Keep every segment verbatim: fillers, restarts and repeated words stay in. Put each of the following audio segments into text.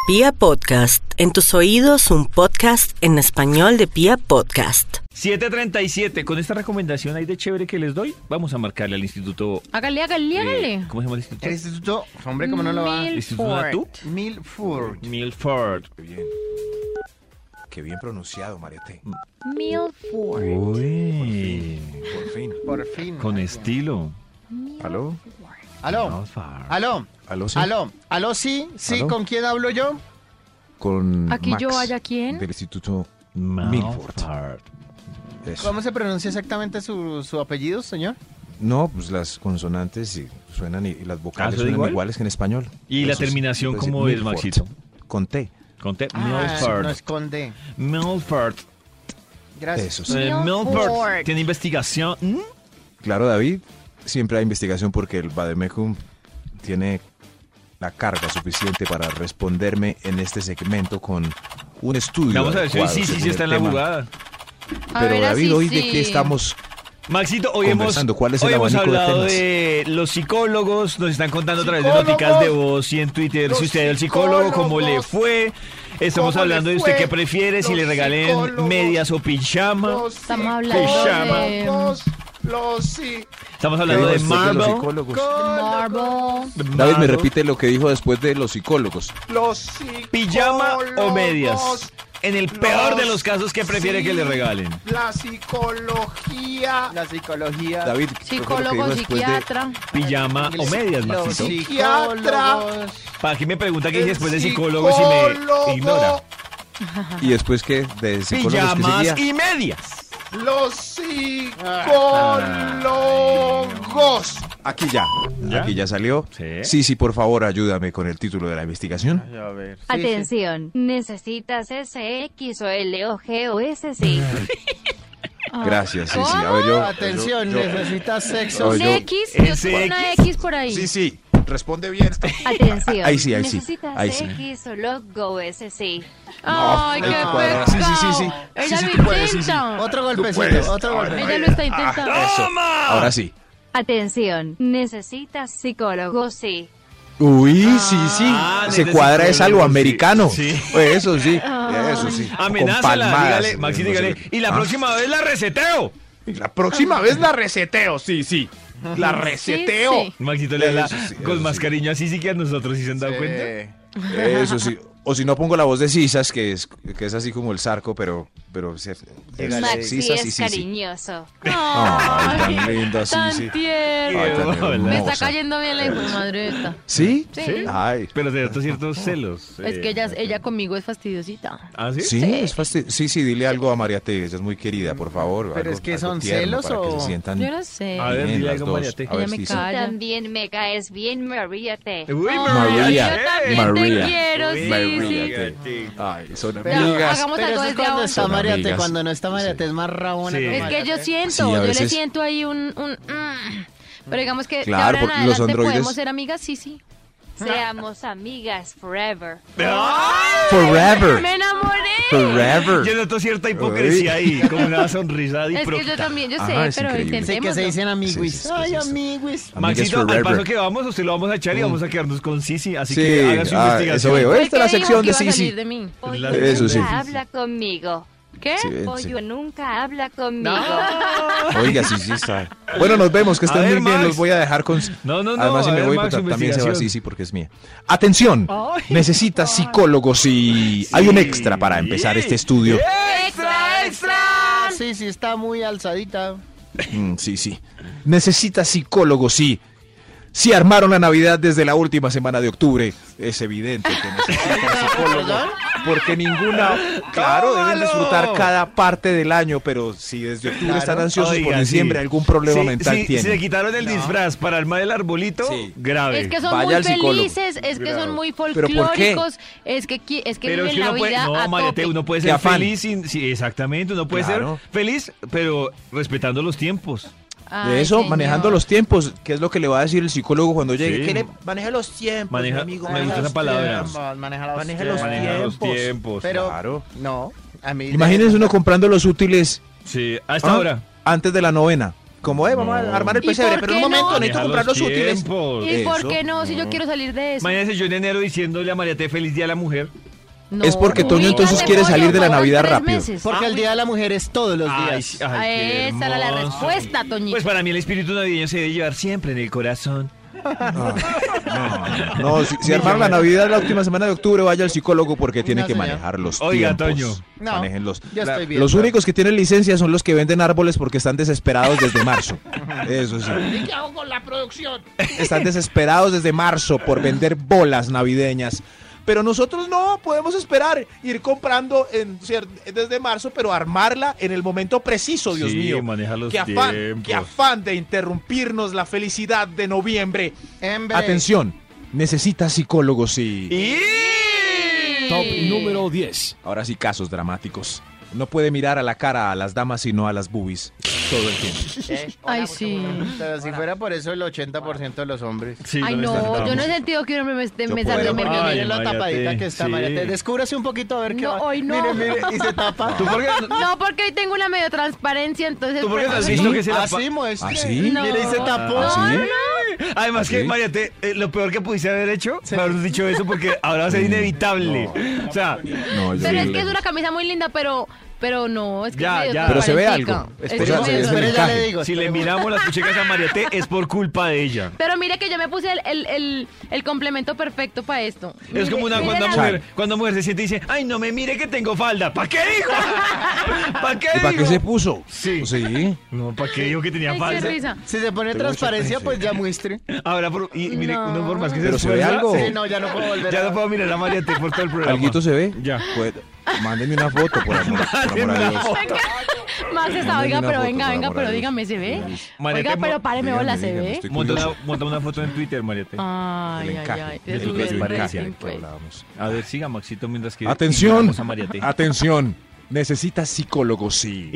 Pia Podcast, en tus oídos un podcast en español de Pia Podcast. siete treinta y siete, con esta recomendación ahí de chévere que les doy, vamos a marcarle al instituto... Hágale, hágale, hágale. Eh, ¿Cómo se llama el instituto? El instituto, hombre, ¿cómo no lo va? ¿El instituto Natú? Milford. Milford. Qué bien. Qué bien pronunciado, Mariate. Milford. Uy, Por fin. Por fin. con estilo. ¿Aló? Aló, Milford. aló, ¿Aló, sí? aló, aló, sí, sí, ¿Aló? ¿con quién hablo yo? Con Aquí Max, yo, allá quién. del instituto Milford. Milford. Eso. ¿Cómo se pronuncia exactamente su, su apellido, señor? No, pues las consonantes sí suenan y, y las vocales ¿Ah, suena suenan igual? iguales que en español. ¿Y la Eso sí, terminación se puede cómo decir es, Milford. Maxito? Con T. Conté. Ah, Milford. no es con D. Milford. Gracias. Eso sí. Eh, Milford. Milford. ¿Tiene investigación? ¿Mm? Claro, David, siempre hay investigación porque el Bademecum tiene la carga suficiente para responderme en este segmento con un estudio. Vamos a ver si adecuado sí, sí, sí según está en el la tema. jugada. A Pero ver, David, así hoy de sí. qué estamos... Maxito, hoy hemos, Conversando, ¿cuál es el hoy hemos abanico de hablado temas? de los psicólogos, nos están contando a través de ¡Psicólogos! noticas de voz y en Twitter Los si usted es el psicólogo, cómo le psicólogos. fue. Estamos ¿Cómo hablando le de usted fue? qué prefiere, si Los le regalen psicólogos. medias o pijama. Los Estamos hablando de- psicólogos, los sí. Estamos hablando de Después de los Marvel. psicólogos. Marble. de David, me Marvel. repite lo que dijo después de los psicólogos. Los psicólogos. ¿Pijama o medias? En el peor Los de los casos, ¿qué prefiere que le regalen? La psicología. La psicología. David, ¿qué fue lo que dijo Psicólogo, después de- psiquiatra. ¿Pijama o medias, Los Maxito? psiquiatras. ¿Para qué me pregunta qué dice El después de psicólogo si me psicólogo, ignora? ¿Y después qué? ¿De psicólogos que Pijamas seguía? y medias. Los psicólogos. Aquí ya. ¿Ya? Aquí ya salió. Sí. Sí, sí, por favor, ayúdame con el título de la investigación. A ver. Atención, ¿necesitas S X o L o G o S C? Gracias, sí, sí. A ver, yo... Atención, yo- yo- necesitas sexo. Oh, Un yo- X, ¿ese yo- una X? X por ahí. Sí, sí. Responde bien. Atención, Ahí sí, ahí sí, ¿necesitas ahí sí. X o logo S C? Ay, No, qué hay que cuadrar. Sí, sí, sí, sí. pecado. Ella Sí, sí, lo tú puedes, sí, sí. intenta. Otro Tú golpecito, puedes. otro Ahora, golpe. Ella lo está intentando. Eso. Ahora sí. Atención, ¿necesitas psicólogo? Sí. Uy, sí, sí. Ah, Se de cuadra es algo psicólogo, americano. sí. Eso sí. Eso sí. Con Amenázala, palmadas. dígale, Maxi, No sé. dígale. Y la Ah. próxima vez la reseteo. La próxima vez la reseteo, sí, sí. La reseteo. Sí, sí. Maxito le habla Eso sí, con eso más sí. cariño así sí que a nosotros, ¿sí se han dado cuenta? Eso sí. O si no pongo la voz de Sisas, que es, que es así como el Zarco, pero... pero se- es Maxi Sisas, sí, es sí, sí. cariñoso. Ay, tan linda, sí, Tan sí. tierno. Ay, tan Hola. Me está hermosa. cayendo bien la hijo de madre esta. ¿Sí? Sí. Ay. Pero de otros ciertos celos. Es eh, que ella, ella conmigo es fastidiosita. ¿Ah, sí? Sí, es fasti- sí, sí, dile algo a María T, ella es muy querida, por favor. Pero algo- es que algo son tierno celos para que o- se sientan Yo no sé. A ver, bien dile las algo, dos. María T. A ver Ella me si Tú sí. calla. también me caes bien, María T. Uy, Ay, María. yo también María. te quiero, sí, María. sí. Ay, son Pero amigas. hagamos Pero algo eso es desde cuando ahora. está Son María T, amigas. cuando no está María T es más rabona. Sí. con Es Es María que yo T. siento, Sí, a yo le veces- siento ahí un... un mm. Pero digamos que de Claro, ahora en porque los adelante androides- podemos ser amigas, sí, sí. Seamos amigas forever. Forever. ¡Me enamoré! Forever. Yo noto cierta hipocresía ahí, como una sonrisa Es que yo diprócta. también, yo sé, Ajá, es pero increíble. Sí, intentemos. que se dicen amiguis. Sí, sí, sí, Ay, sí, sí. amiguis. Amigas Maxito, al forever. paso que vamos, usted lo vamos a echar y vamos a quedarnos con Sisi, así Sí, que haga su ah, investigación. eso veo. Fue el Esta es la que dijo sección que de iba a salir Sisi. de mí. Pollo Eso sí. nunca habla conmigo. ¿Qué? Sí, sí. Pollo nunca habla conmigo. Oiga, sí, sí está. Bueno, nos vemos, que A estén ver, muy bien. Max. Los voy a dejar con. No, no, no, Además, si a me ver, voy, Max, pues, su también se va investigación. Sisi porque es mía. Atención, Ay. necesitas psicólogos y hay un extra para empezar este estudio. ¡Extra, extra! Sí, sí, está muy alzadita. Mm, sí, sí. Necesitas psicólogos y si armaron la Navidad desde la última semana de octubre, es evidente que necesitan psicólogos. Porque ninguna, claro, deben disfrutar cada parte del año, pero si desde octubre Claro. están ansiosos por Oiga, diciembre, sí. algún problema Sí, mental sí, tienen. Si le quitaron el disfraz para armar el arbolito, Sí. grave. Es que son Vaya muy al psicólogo. felices, es que son muy ¿Pero por qué? folclóricos, es que qui- es que Pero es viven que la uno puede, vida no, a Mariate, tope. uno puede Qué ser afán. feliz sin, sí, exactamente, uno puede Claro. ser feliz, pero respetando los tiempos. Ay, De eso, señor. manejando los tiempos, ¿qué es lo que le va a decir el psicólogo cuando llegue? Sí. ¿Qué le maneja los tiempos, Maneja- mi amigo? me gusta esa palabra. Tiempos, Maneja los Maneja los tiempos. Maneja los tiempos. Pero, Claro. no, a mí... Imagínense uno comprando los útiles Sí, a esta ¿ah? hora. antes de la novena. Como, eh, vamos a armar el ¿Y pesebre, por pero qué un momento, no? necesito Maneja comprar los útiles. tiempos. ¿Y por Eso. qué no? Si yo quiero salir de eso. Imagínese yo en enero diciéndole a María T feliz día a la mujer. No, Es porque Toño ubícate, entonces quiere pollo, salir de la faltan Navidad tres rápido. meses. Porque el Día de la Mujer es todos los Ay, días. sí, ay, qué Esa era la hermoso. respuesta, Toñito. Pues para mí el espíritu navideño se debe llevar siempre en el corazón. No, si, si armaron la Navidad la última semana de octubre, vaya al psicólogo porque tiene No, que señor. manejar los Oiga, tiempos. Toño. No, Manéjenlos. ya La- estoy bien. Los únicos que tienen licencia son los que venden árboles porque están desesperados desde marzo. Eso sí. ¿Qué hago con la producción? Están desesperados desde marzo por vender bolas navideñas. Pero nosotros no podemos esperar, ir comprando en, cier- desde marzo, pero armarla en el momento preciso, Dios Sí, mío. maneja los qué afán, tiempos. qué afán de interrumpirnos la felicidad de noviembre. Hombre. Atención, necesita psicólogos y... Y... Top número diez. Ahora sí, casos dramáticos. No puede mirar a la cara a las damas sino a las boobies todo el tiempo. Eh, Ay, sí. Pero si fuera por eso el ochenta por ciento de los hombres. Sí, Ay, ¿dónde no, estamos? yo no he sentido que un hombre me, esté- Yo me puedo. salga Porque me- Ay, miren lo María tapadita T, que está, sí. María T. Descúbrase un poquito a ver qué No, va. hoy no. Mire, mire, y se tapa. ¿Tú por qué, No, porque hoy tengo una medio transparencia, entonces... ¿Tú por qué pues, has visto que se la pa- Así muestre. ¿Ah, sí? No. Mire, y se tapó. ¿Ah, sí? Además que, ¿Sí? María T, eh, lo peor que pudiste haber hecho, me haber dicho eso porque ahora va a ser inevitable. O sea, No, yo Pero es sí que es le- una camisa muy linda, pero pero no, es que Ya, es medio ya. Pero se ve transparentica. algo. Es Espera, que se- medio es el Pero ya encaje. le digo. si le miramos las puchecas a María T, es por culpa de ella. Pero mire que yo me puse el, el, el, el complemento perfecto para esto. Es Mire, como una mire cuando la- mujer, cuando mujer se siente y dice, ay, no me mire que tengo falda. ¿Para qué dijo? ¿Para qué ¿Y para dijo? qué se puso? Sí. Sí. No, ¿para qué dijo que tenía Ay, qué falda? risa. Si se pone Tengo transparencia, mucha pues ya muestre. Ahora, por- y, y mire, No. uno por más que se Pero se ve esfuerza, algo. Sí, no, ya no puedo volver ya a... no puedo mirar a María T por todo el programa. ¿Alguito se ve? Ya. Pues, mándenme una foto, por amor, por amor a Dios. Max está, Mándeme oiga, una pero foto, venga, por venga, amor a pero Dios. dígame, ¿se ve? María Oiga, T, pero mo- páreme, dígame, hola, ¿se dígame, ve? estoy Monta una, curioso. monta una foto en Twitter, María T. Ay, El ay, encaje, ay. el Es súper encaje rating, del que pues. hablábamos. A ver, siga, Maxito, mientras que Atención, ignoramos a María T. atención. Necesita psicólogos, sí.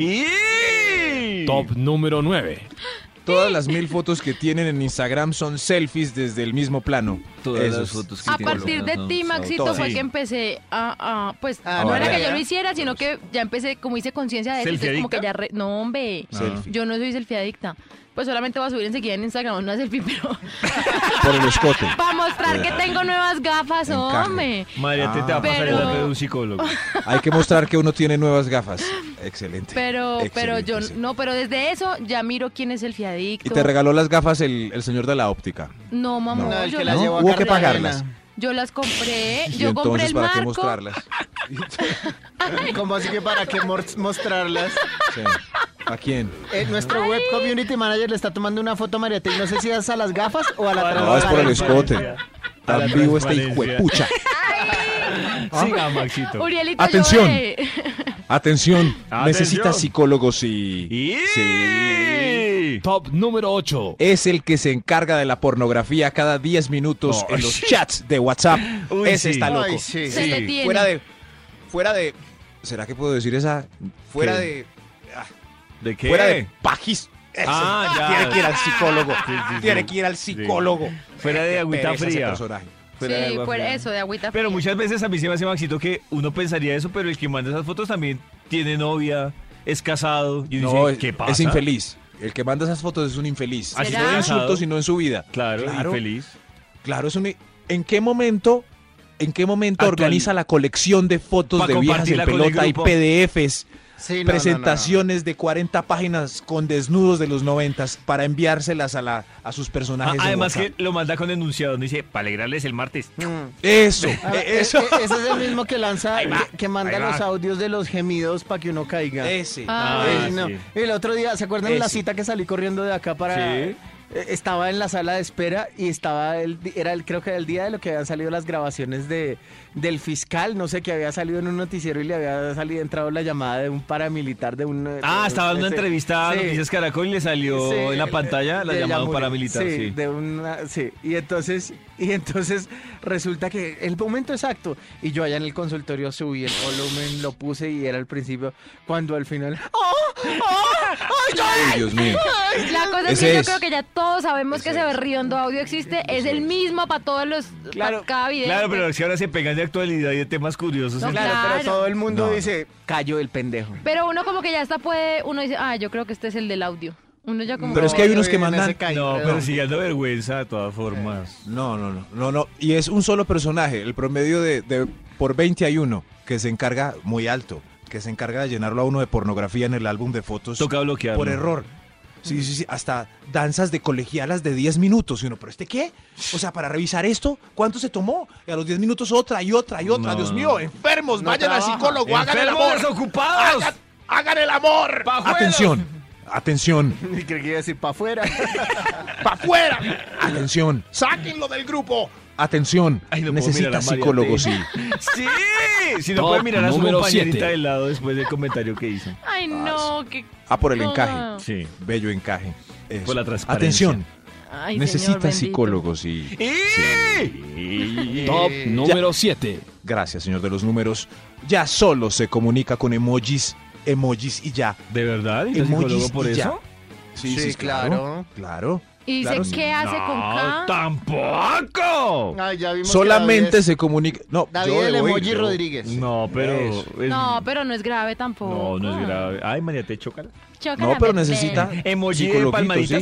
Y... Top número nueve. Todas las mil fotos que tienen en Instagram son selfies desde el mismo plano. Todas Eso las es- fotos que A tiene partir de no, ti, no, Maxito, todas. fue Sí. que empecé a, a- pues, Ah, no era vale. que yo lo hiciera, sino que ya empecé, como hice conciencia de eso, ¿Selfie entonces como que adicta? ya, re- no, hombre, Selfie. yo no soy selfie adicta. Pues solamente voy a subir enseguida en Instagram una selfie, pero Por el escote. para mostrar que tengo nuevas gafas, Encaje. hombre. María T te va a pasar Pero- el dato de un psicólogo. Hay que mostrar que uno tiene nuevas gafas. Excelente. Pero, pero Excelente, yo, sí. no, pero desde eso ya miro quién es selfie Y adicto. te regaló las gafas el, el señor de la óptica. No, mamá, No, el yo, que las- las ¿No? llevó a Hubo que Cartagena. pagarlas. yo las compré, Y yo compré entonces, el ¿para qué marco. mostrarlas? ¿Cómo así que para qué mor- mostrarlas? Sí. ¿A quién? Eh, nuestro web community manager le está tomando una foto a María T. No sé si es a las gafas o a la No, No, es por el transparencia. escote. A la Tan vivo este hijo transparencia. de pucha. Siga, Maxito. Urielito, Atención. llore. Atención. Atención. Necesita psicólogos y... Y... Sí. Top número ocho. Es el que se encarga de la pornografía cada diez minutos No, en los sí. chats de WhatsApp. Uy, Ese sí. está loco. Ay, sí. Se le tiene. Fuera de... Fuera de... ¿Será que puedo decir esa? Fuera ¿Qué? de... ¿De qué? Fuera de pajis. Eso. Ah, ya. Tiene que ir al psicólogo. Sí, sí, sí. Tiene que ir al psicólogo. Fuera de agüita Pereza ese fría. personaje. Fuera de Sí, agua fuera fría. eso, de agüita Pero fría. muchas veces a mí se me hace, Maxito, que uno pensaría eso, pero el que manda esas fotos también tiene novia, es casado. Y uno No, dice, es, ¿qué pasa? es infeliz. El que manda esas fotos es un infeliz. Así ¿Será? No en casado. insultos, sino en su vida. Claro, Claro. infeliz. Claro, es un... ¿En qué momento... ¿En qué momento Actual- organiza la colección de fotos Pa' de viejas en compartirla con el pelota y grupo. P D Fs? Sí, no, no, no, no. Presentaciones de cuarenta páginas con desnudos de los noventas para enviárselas a, la, a sus Ah, personajes. de además WhatsApp. que lo manda con enunciado, no dice, para alegrarles el martes. Mm. Eso, Ah, eh, eh, eso. eh, ese es el mismo que lanza, Ahí va, que, que manda ahí va. los audios de los gemidos para que uno caiga. Ese. Ah, Ah, Eh, no. sí. El otro día, ¿se acuerdan de la Ese. cita que salí corriendo de acá para... Sí. Eh, Estaba en la sala de espera y estaba el, di- era el, creo que era el día de lo que habían salido las grabaciones de del fiscal, no sé, que había salido en un noticiero y le había salido entrado la llamada de un paramilitar de un... Ah, de- estaba en una ese- entrevista a sí. Noticias Caracol y le salió Sí, en la pantalla la de llamada de un Yamuri. paramilitar. Sí, Sí, de una, sí. Y entonces, y entonces resulta que el momento exacto, y yo allá en el consultorio subí el volumen, lo puse y era al principio, cuando al final... Ay, Dios mío. La cosa es Ese que yo es. creo que ya todos sabemos que ese berriondo audio existe, es el mismo para todos los, Claro, para cada video. Claro, pero es que ahora se pegan de actualidad y de temas curiosos. No, Claro, Claro. pero todo el mundo No. dice, cayó el pendejo. Pero uno como que ya está puede, uno dice, ah, yo creo que este es el del audio. Uno ya como... Pero es que hay unos que Yo en mandan- ese caí, No, pero- pero sigue dando vergüenza de todas formas. No, no, no, no, no. Y es un solo personaje. El promedio de, de por veinte hay uno que se encarga muy alto, que se encarga de llenarlo a uno de pornografía en el álbum de fotos Toca bloquearlo. por error. Sí, sí, sí, hasta danzas de colegialas de diez minutos. Y uno, ¿pero este qué? O sea, para revisar esto, ¿cuánto se tomó? Y a los diez minutos otra y otra y otra. No. Dios mío, enfermos, No vayan al trabaja. psicólogo, hagan el ¡Enfermos amor. desocupados! Hagan, hagan el amor. ¡Pajuelos! Atención, atención, Y creí que iba a decir para afuera. para afuera. Atención, sáquenlo del grupo. Atención, Ay, no puedo necesita mirar a María psicólogo, T. sí. Sí, si no Top puede mirar a su número compañerita siete. del lado después del comentario que hizo. Ay, no, qué... Ah, por el No. encaje. Sí. Bello encaje. Eso. Por la transparencia. Atención, Ay, señor necesita bendito. psicólogos y... ¡Y! Top número siete. Gracias, señor de los números. Ya solo se comunica con emojis, emojis y ya. ¿De verdad? ¿Y Emojis psicólogo por y ya. eso? Sí, claro. Claro. ¿Y Claro, dice sí. qué hace con No, K? tampoco. Ay, ya vimos que Solamente David es- se comunica... No, David yo el debo ir, emoji yo- Rodríguez. No, pero... Eso. es- No, pero no es grave tampoco. No, no es grave. Ay, María, te chócala. Chócala, No, pero bebé. necesita Emoji de psicologuito, palmaditas.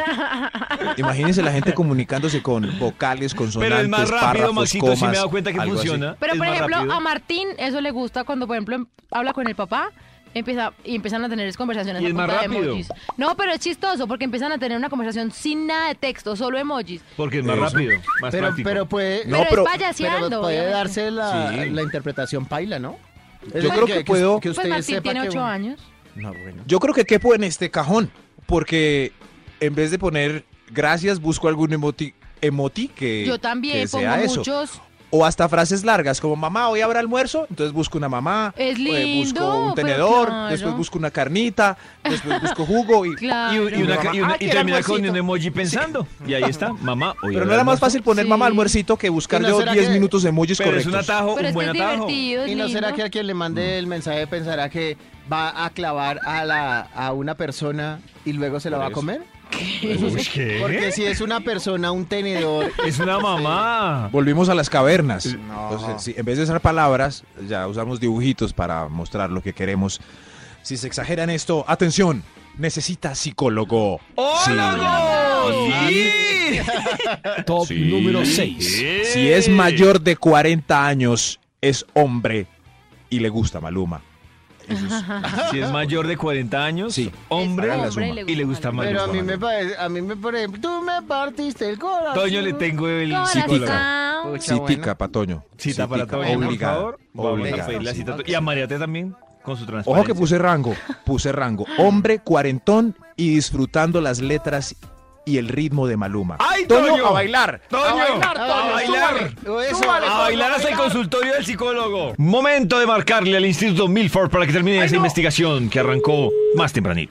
¿sí? Imagínense la gente comunicándose con vocales, consonantes, Pero es más rápido, párrafos, Maxito, comas, si me he dado cuenta que algo así. funciona. Pero, Es por más ejemplo, rápido. a Martín eso le gusta cuando, por ejemplo, em- habla con el papá empieza y empiezan a tener conversaciones Y a es más punta de rápido. emojis. No, pero es chistoso porque empiezan a tener una conversación sin nada de texto, solo emojis. Porque es más Eso. rápido, más Pero, práctico. pero puede, No, pero, pero- es payaseando. pero puede obviamente. darse la, Sí. la interpretación paila, ¿no? Es Yo decir, creo que puedo- Que Pues usted Martín sepa tiene que- ocho años. No, bueno. Yo creo que quepo en este cajón, porque en vez de poner gracias, busco algún emoti, emoti que, Yo también que pongo sea eso. muchos. O hasta frases largas, como mamá, hoy habrá almuerzo, entonces busco una mamá, Es eh, lindo, busco un pero tenedor, claro. después busco una carnita, después busco jugo y... Claro. Y, y una, Mamá, y una- ah, y que era termina con almuercito. un emoji pensando. Y ahí está, mamá. hoy Pero no habrá era más almuerzo. fácil poner Sí. mamá almuercito que buscar ¿Y no yo será diez que- minutos de emojis Pero es correctos. un atajo, Pero un es que buen es atajo. divertido, es ¿Y no lindo. será que a quien le mande el mensaje pensará que va a clavar a, la, a una persona y luego se la Por va a eso. comer? Uy, ¿qué? Porque si es una persona, un tenedor... Es una mamá. Volvimos a las cavernas. No. Entonces, sí, en vez de usar palabras, ya usamos dibujitos para mostrar lo que queremos. Si se exagera en esto, atención, necesita psicólogo. ¡Hola! ¡Sí! Top Sí. número seis. Sí. Si es mayor de cuarenta años, es hombre y le gusta Maluma. Eso es- Si es mayor de cuarenta años, Sí. hombre, Hagan la Hombre, suma. le y le gusta Maluma. Pero a Maluma. mí me parece, a mí me parece, tú me partiste el corazón. Toño, le tengo el Corazón. psicólogo. Pucha, Sí, bueno. tica, Patoño. Cita Sí, para tica. Toño, por Obligada. favor. Vamos a Obligada. pedir la cita. Y a Mariate también, con su transparencia. Ojo que puse rango, puse rango. Hombre, cuarentón y disfrutando las letras y el ritmo de Maluma. ¡Ay, Toño! a bailar! ¡Toño! ¡A bailar, ¡A Toño! bailar! O eso, Súbale, A bailar hasta el consultorio del psicólogo. Momento de marcarle al Instituto Milford para que termine esa investigación que arrancó más tempranito.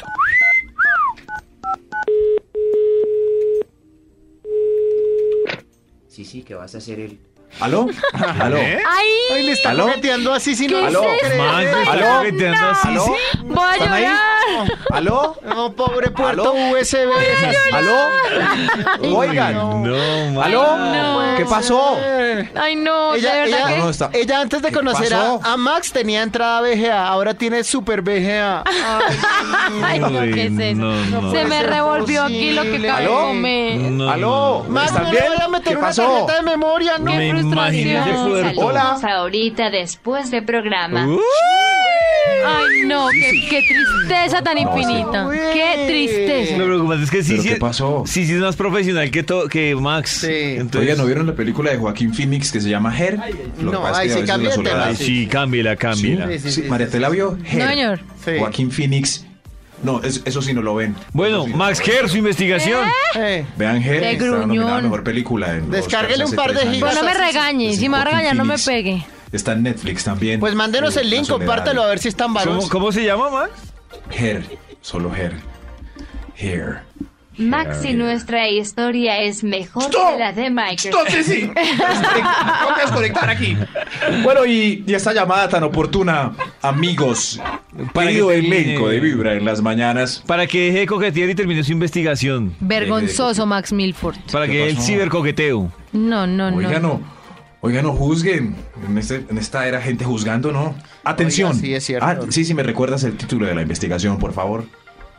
Sí, sí, que vas a hacer el... ¿Aló? ¿Aló? ¿Eh? ¡Ay! Ay, le está ¿Aló? coqueteando así sin ¿Qué ¿Aló? es esto? Max, ¿me está ¿Aló? coqueteando así, ¿Aló? sí? ¡Voy a ¿Están ahí? llorar! ¿Aló? No, pobre puerto ¿Aló? U S B. ¿Aló? Oigan. No, Max. ¿Aló? no. ¿Qué pasó? Ay, no, Ella, de verdad ella, que... No, no, está- ella antes de ¿Qué conocer a, pasó? a Max tenía entrada V G A, ahora tiene super V G A. Ay, no, ¿qué es eso? no, no. Se me puede ser revolvió aquí lo que posible. acabo de ¿Aló? comer. No, ¿Aló? Max, ¿Están no bien? le voy a meter ¿Qué una pasó? tarjeta de memoria, ¿no? Qué Me frustración. imaginé ese cuerpo. Hola. Ahorita después de programa. Uh, Ay, no, qué, qué tristeza tan infinita. Qué tristeza. Me preocupa, es que sí, ¿Pero sí, qué pasó? sí, sí es más profesional que, to- que Max. Sí. Entonces, Oigan, ¿no vieron la película de Joaquín Phoenix que se llama Her? Lo que No, pasa ahí es que sí a veces cambia la el tema, soledad- Ay, sí, cámbiela, cámbiela. Sí, sí, Sí, sí, María, sí, ¿te la vio? Her. No, señor. Sí. Joaquín Phoenix. No, es- eso sí no lo ven. Bueno, Eso sí no Max lo ven. Ger, su investigación. Eh, Vean Her, Qué está nominada a gruñón. mejor película en los Descárguele Oscars un hace par de tres gigas. años. Pero no me regañe. Sí, Si me va a Joaquín regañar, no me Phoenix. pegue. Está en Netflix también. pues mándenos Eh, el La link, soledad. compártelo a ver si están ¿Cómo, varos. cómo se llama, Max? Her, solo Her. Her. Max y nuestra historia es mejor que la de Microsoft. Entonces sí. No te desconectar aquí. Bueno, y, y esta llamada tan oportuna, amigos, Para querido que termine. elenco de Vibra en las mañanas. Para que deje de coquetear y termine su investigación. Vergonzoso, Max Milford. Para ¿Qué que el pasó? cibercoqueteo. No, no, no. Oigan, no, oigan, no juzguen. En, este, en esta era gente juzgando, ¿no? Atención. Oiga, sí, es cierto. Ah, sí, sí, me recuerdas el título de la investigación, por favor.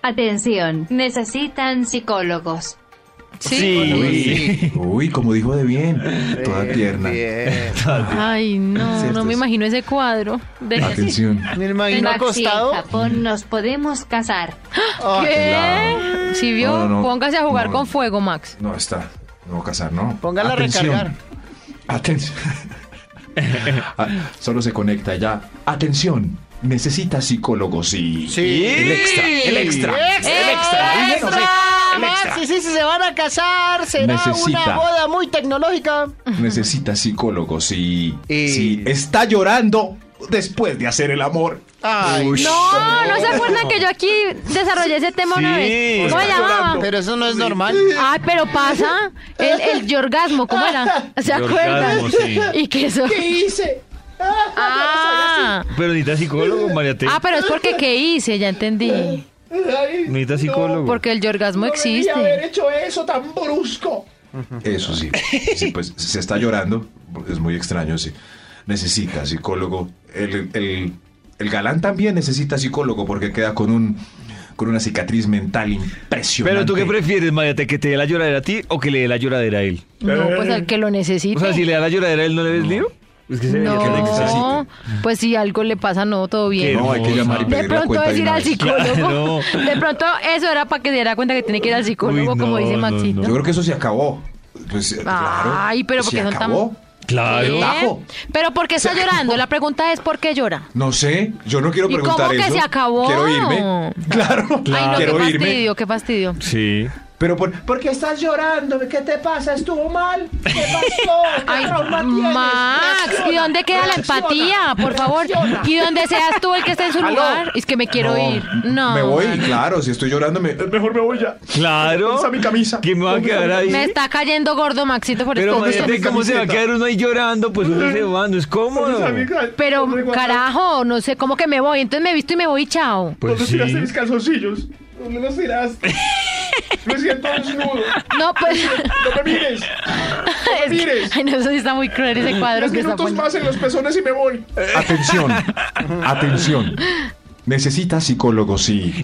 Atención, necesitan psicólogos. Sí. Uy, uy, como dijo de bien. Toda tierna. Bien. Ay, no, Cierto, no me es- imagino ese cuadro. De- Atención. Me imagino Maxi, en acostado. Japón nos podemos casar. ¿Qué? Si vio, No, no, no. póngase a jugar No, con no. fuego, Max. No, está. No voy a casar, ¿no? Póngala a Atención. recargar. Atención. Ah, solo se conecta ya. Atención. Necesita psicólogos y... Sí. El extra. El extra. El extra. Al menos, eh, el Más, extra. sí, sí, sí, se van a casar, será Necesita. una boda muy tecnológica. Necesita psicólogos y... Y- Si está llorando después de hacer el amor. Ay, No, ¿no se acuerdan que yo aquí desarrollé ese tema una Sí. vez? ¿Cómo se llamaba? pero eso no es normal. Ay, pero pasa. El, el yorgasmo, ¿cómo era? ¿Se acuerdan? Yorgasmo, sí. ¿Y qué eso? ¿Qué hice? Ah, Pero necesita psicólogo, María T. ah, pero es porque ¿qué hice? Ya entendí. Necesita psicólogo. Porque el yorgasmo existe. hecho eso tan brusco. Eso sí. Sí, pues se está llorando. Es muy extraño, sí. Necesita psicólogo. El, el, el galán también necesita psicólogo porque queda con un con una cicatriz mental impresionante. Pero tú qué prefieres, María T, que te dé la lloradera a ti o que le dé la lloradera a él. No, pues al que lo necesite. O sea, si le da la lloradera a él, ¿no le ves lío? Es que se veía que le No, necesite. pues si algo le pasa, no, todo bien. No, hay que llamar y De pedir la pronto cuenta de es ir una al vez. psicólogo. Claro. De pronto eso era para que se diera cuenta que tiene que ir al psicólogo, Uy, no, como dice no, Maxito. no. Yo creo que eso se acabó. Pues, eh, claro. Ay, pero Se porque son tan- acabó. Claro. ¿Qué? Tajo. Pero ¿por qué está Se acabó. llorando? La pregunta es ¿por qué llora? No sé, yo no quiero ¿Y preguntar cómo que eso. se acabó? Quiero irme. Claro, Ay, no, quiero qué irme. fastidio, qué fastidio. Sí. Pero por, porque estás llorando, ¿qué te pasa? ¿Estuvo mal? ¿Qué pasó? ¿Qué Ay, trauma tienes? Max, ¿y Reacciona, dónde queda la reacciona, empatía? Por favor. reacciona. Y donde seas tú el que esté en su ¿Aló? lugar. Es que me quiero No, ir. No. Me voy, Max. claro, si estoy llorando, me, mejor me voy ya. Claro. Usa mi camisa. ¿Quién me va a quedar ahí? Me está cayendo gordo, Maxito, por Pero esto. María T, ¿cómo se va a quedar uno ahí llorando? Pues uno se va, no es cómodo. Pero, carajo, no sé cómo que me voy. Entonces me visto y me voy y chao. Pues sí. calzoncillos? ¿Dónde los tiraste? Me siento desnudo. No, pues. No me mires. Es que- ay, no, eso sí está muy cruel ese cuadro que está poniendo. en los pezones y me voy. Atención, atención. Necesita psicólogos y...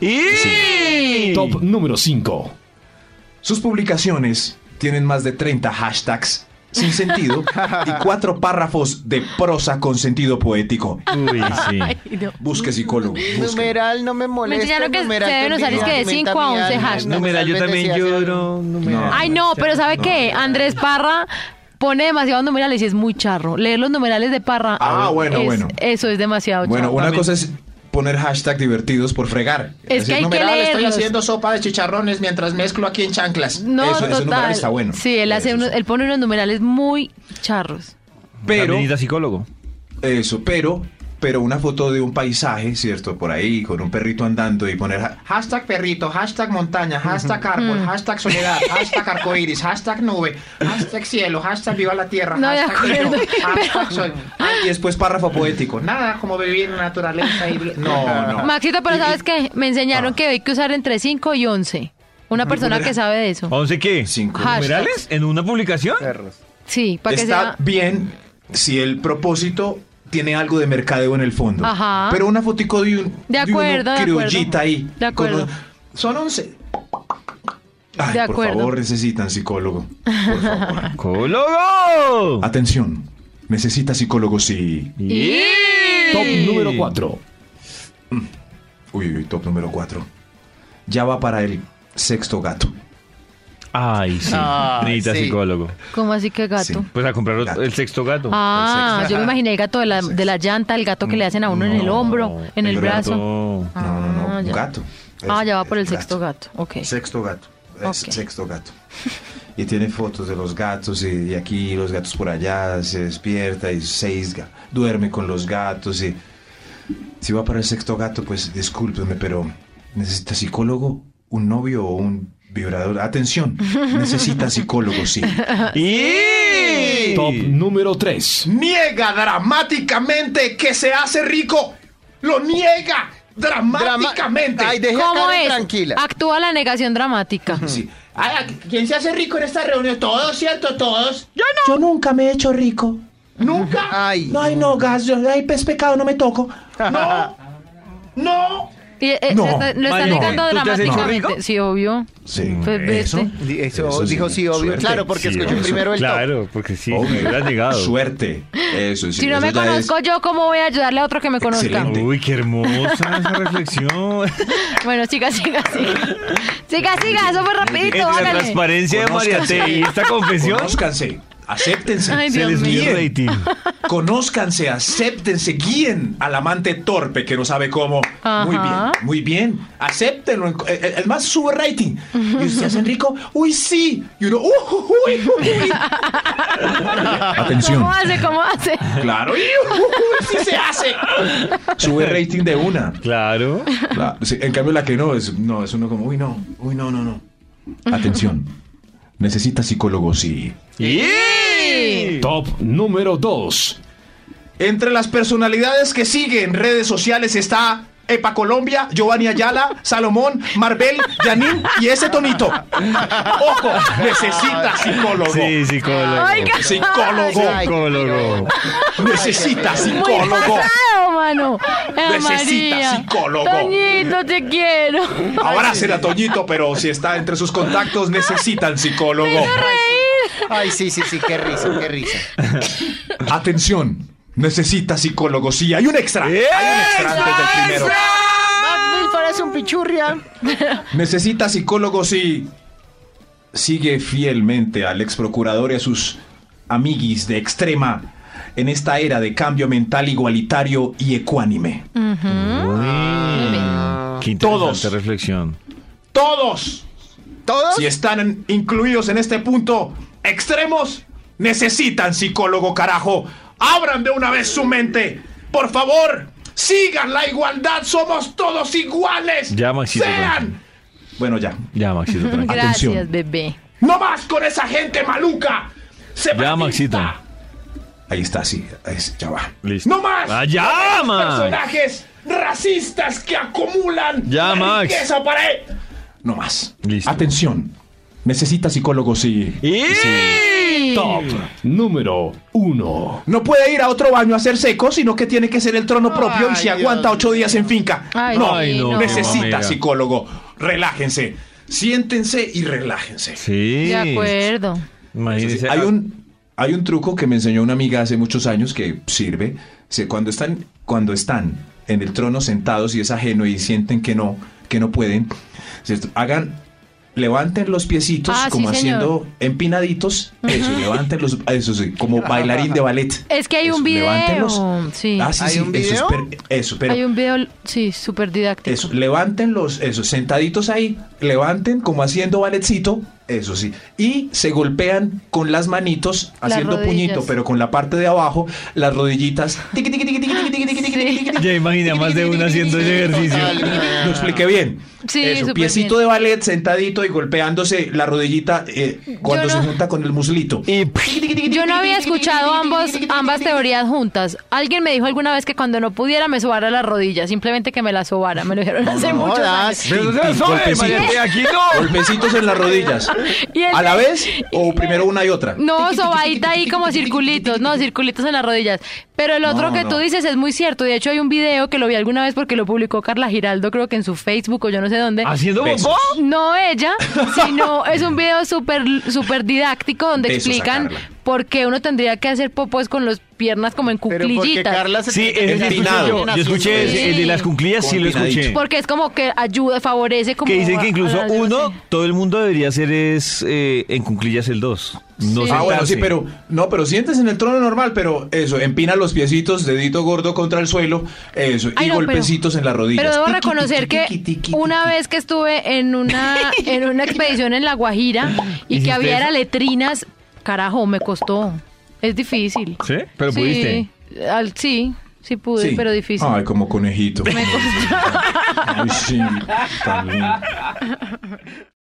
¡Y! Top número cinco. Sus publicaciones tienen más de treinta hashtags sin sentido y cuatro párrafos de prosa con sentido poético. Uy, sí. Ay, no. Busque psicólogo. busque. Numeral no me molesta. enseñaron que numeral se deben usar, es que de alimenta cinco a mi once alma, hashtags. Numeral, yo también bendecida sea- lloro. Numeral. Ay, no, pero ¿sabe qué? Andrés Parra pone demasiados numerales y es muy charro. Leer los numerales de Parra. Ah, bueno, es- bueno. Eso es demasiado Bueno, charro. una cosa es poner hashtag divertidos por fregar. Es que hay que numeral, estoy leerlos. haciendo sopa de chicharrones mientras mezclo aquí en chanclas. No, eso, total. ese numeral está bueno. Sí, él hace Eso unos- sí. él pone unos numerales muy charros. Pero, También necesita psicólogo. eso, pero, pero una foto de un paisaje, ¿cierto? Por ahí, con un perrito andando y poner ha- hashtag perrito, hashtag montaña, hashtag árbol, hashtag soledad, hashtag arcoiris, hashtag nube, hashtag cielo, hashtag viva la tierra, No, de hashtag acuerdo, yo, hashtag pero- soy. Ay, y después párrafo poético. Nada como vivir en la naturaleza y... No, no. Maxito, pero Y- ¿sabes qué? Me enseñaron Ah. que hay que usar entre cinco y once. Una persona poner- que sabe de eso. ¿Once qué? Cinco. Hashtag. ¿Numerales? ¿En una publicación? Sí, para que Está sea... bien si el propósito tiene algo de mercadeo en el fondo. Ajá. Pero una fotico de un De acuerdo, uno de criollita acuerdo. ahí. De acuerdo. con un- son once. Ay, De por acuerdo. favor, necesitan psicólogo. Por favor. ¡Psicólogo! Atención. Necesita psicólogos y... ¡Y! Top número cuatro. Uy, uy, top número cuatro. Ya va para el sexto gato. Ay, sí. Ay, Necesita sí. psicólogo. ¿Cómo así que gato? Sí. Pues a comprar Gato. el sexto gato. Ah, El sexto. yo me imaginé el gato de la, de la llanta, el gato que le hacen a uno en el No, hombro, en el el brazo. No. No, no, no. Ah, Un ya. gato. Ah, Es- ya va por el es sexto gato. Ok. Sexto gato. Es Ok. sexto gato. Y tiene fotos de los gatos y, y aquí los gatos por allá, se despierta y seis ga- duerme con los gatos y si va para el sexto gato, pues discúlpeme, pero necesita psicólogo, un novio o un vibrador. Atención, necesita psicólogo, sí. ¡Y! Top número tres. Niega dramáticamente que se hace rico. Lo niega dramáticamente. Ay, deje a ¿Cómo Karen es? tranquila. Actúa la negación dramática. Sí. Ay, ¿quién se hace rico en esta reunión? Todos, ¿cierto? Todos. Yo no. Yo nunca me he hecho rico. ¿Nunca? Ay. No, ay, no, gas. Yo, ay, pez pecado, no me toco. No. No. Y, eh, No, lo está- lo está Mario, negando ¿tú te has hecho dramáticamente. rico? Sí, obvio. Sí. Pues vete. Eso. Di- Eso, Eso sí, dijo sí, obvio. suerte. Claro, porque Sí, escuchó eso, primero el top. Claro, porque sí, Obvio. me hubieras negado. Suerte. Eso sí. Si no eso me ya conozco es- yo, ¿cómo voy a ayudarle a otro que me conozca? Excelente. Uy, qué hermosa esa reflexión. Bueno, siga, siga, siga. Siga, siga, eso fue rapidito, Entre la hágale. transparencia de María Conózcanse. T y esta confesión, Conózcanse. Acéptense. Ay, se Dios les mío. dio rating. Conózcanse, acéptense, guíen al amante torpe que no sabe cómo. Ajá. Muy bien, muy bien. Acéptenlo. Eh, eh, El más sube rating. Y usted hace rico, uy, sí. Y uno, uy, uy, uy, uy. Atención. ¿Cómo hace? ¿Cómo hace? Claro, y, uy, uy, sí se hace. Sube rating de una. Claro. La- sí, en cambio, la que no es, no, es uno como, uy, no, uy, no, no, no. Atención. Necesita psicólogo, sí. ¡Y! Top número dos. Entre las personalidades que sigue en redes sociales está Epa Colombia, Giovanni Ayala, Salomón, Marvel, Janine y ese tonito. Ojo, necesita psicólogo. Sí, psicólogo. Oiga. Psicólogo. Ay, Psicólogo. Necesita Muy psicólogo. pasado, mano. Eh, Necesita María. psicólogo. Toñito, te quiero. Abracen a Toñito, pero si está entre sus contactos, necesitan psicólogo. Ay, sí, sí, sí, qué risa, qué risa. Atención, necesita psicólogo. Sí, hay un extra. Hay un extra antes del primero. Milford es un pichurria. Necesita psicólogo si sigue fielmente al ex procurador y a sus amiguis de extrema en esta era de cambio mental igualitario y ecuánime. Qué interesante Todos. reflexión. Todos, ¿Todos? si están incluidos en este punto extremos, necesitan psicólogo, carajo. Abran de una vez su mente. Por favor, sigan la igualdad. Somos todos iguales. Ya, Maxito, Sean. Bueno, ya. Ya, Maxito, tranquilo. Atención. Gracias, bebé. No más con esa gente maluca. Ya, Maxito. Ahí está, sí. Ahí es- ya va. Listo. ¡No más! Ah, ya, con esos Max. personajes racistas que acumulan Ya, la Max. riqueza para él. No más. Listo. Atención. Necesita psicólogo, sí. ¡Y! Top número uno. No puede ir a otro baño a hacer seco, sino que tiene que ser el trono propio y Ay, se aguanta Dios ocho días en finca. Ay, no, Ay, no, necesita mamera. psicólogo. Relájense. Siéntense y relájense. Sí. De acuerdo. Imagínese. Hay un, hay un truco que me enseñó una amiga hace muchos años que sirve. Se- Cuando están, cuando están en el trono sentados y es ajeno y sienten que no, que no pueden, se est- hagan, levanten los piecitos Ah, sí, como señor. haciendo empinaditos. Eso, levanten los, eso sí, como bailarín de ballet. Es que hay Eso, un video. levántenlos. Sí. Ah, sí, ¿Hay sí, un eso, es video? per- eso, pero Hay un video, sí, súper didáctico. eso, levanten los, eso, sentaditos ahí, levanten como haciendo balletcito, eso sí, y se golpean con las manitos, Las haciendo rodillas. puñito, pero con la parte de abajo, las rodillitas. Tiqui, tiqui, tiqui, tiqui, tiqui, tiqui, tiqui, tiqui, tiqui, tiqui. Ya imaginé a más de una haciendo ese ejercicio. Lo expliqué bien. Sí, Eso, súper piecito bien. de ballet, sentadito y golpeándose la rodillita eh, cuando Yo se no- junta con el muslito. Y Yo no había escuchado ambos, ambas teorías juntas. Alguien me dijo alguna vez que cuando no pudiera me sobara la rodilla, simplemente que me la sobara. Me lo dijeron hace no muchos jodas. años. Pero no se Y lo sabe, golpecitos. María T, aquí no. Golpecitos en las rodillas. Y el- ¿A la vez o primero una y otra? No, sobadita ahí como circulitos, no, circulitos en las rodillas. Pero el otro No, que no. tú dices es muy cierto. De hecho, hay un video que lo vi alguna vez porque lo publicó Carla Giraldo, creo que en su Facebook o yo no sé dónde. ¿Haciendo Besos. popó? No ella, sino es un video súper súper didáctico donde Besos a explican Carla. por qué uno tendría que hacer popos con las piernas como en Pero porque cuclillitas. Carla se Sí, tiene que ese sí escuché Empinado. yo. Yo escuché ese, el de las cuclillas, sí lo Empinadito. escuché. Porque es como que ayuda, favorece como... Que dicen que incluso a- a- yo no uno, sé. todo el mundo debería hacer es eh, en cuclillas el dos. No Sí. Ah, bueno, sí, sentarse. pero no, pero sientes en el trono normal, pero eso, empina los piecitos, dedito gordo contra el suelo, eso, Ay, y no, pero- golpecitos en las rodillas. Pero debo Tiqui, reconocer tiqui, que tiqui, tiqui, una tiqui. vez que estuve en una en una expedición en La Guajira y ¿Hiciste que había eso? era letrinas, carajo, me costó. Es difícil. ¿Sí? ¿Pero Sí, pudiste? al- sí, sí pude, Sí. pero difícil. Ay, como conejito. Me costó. Ay, sí, tan lindo.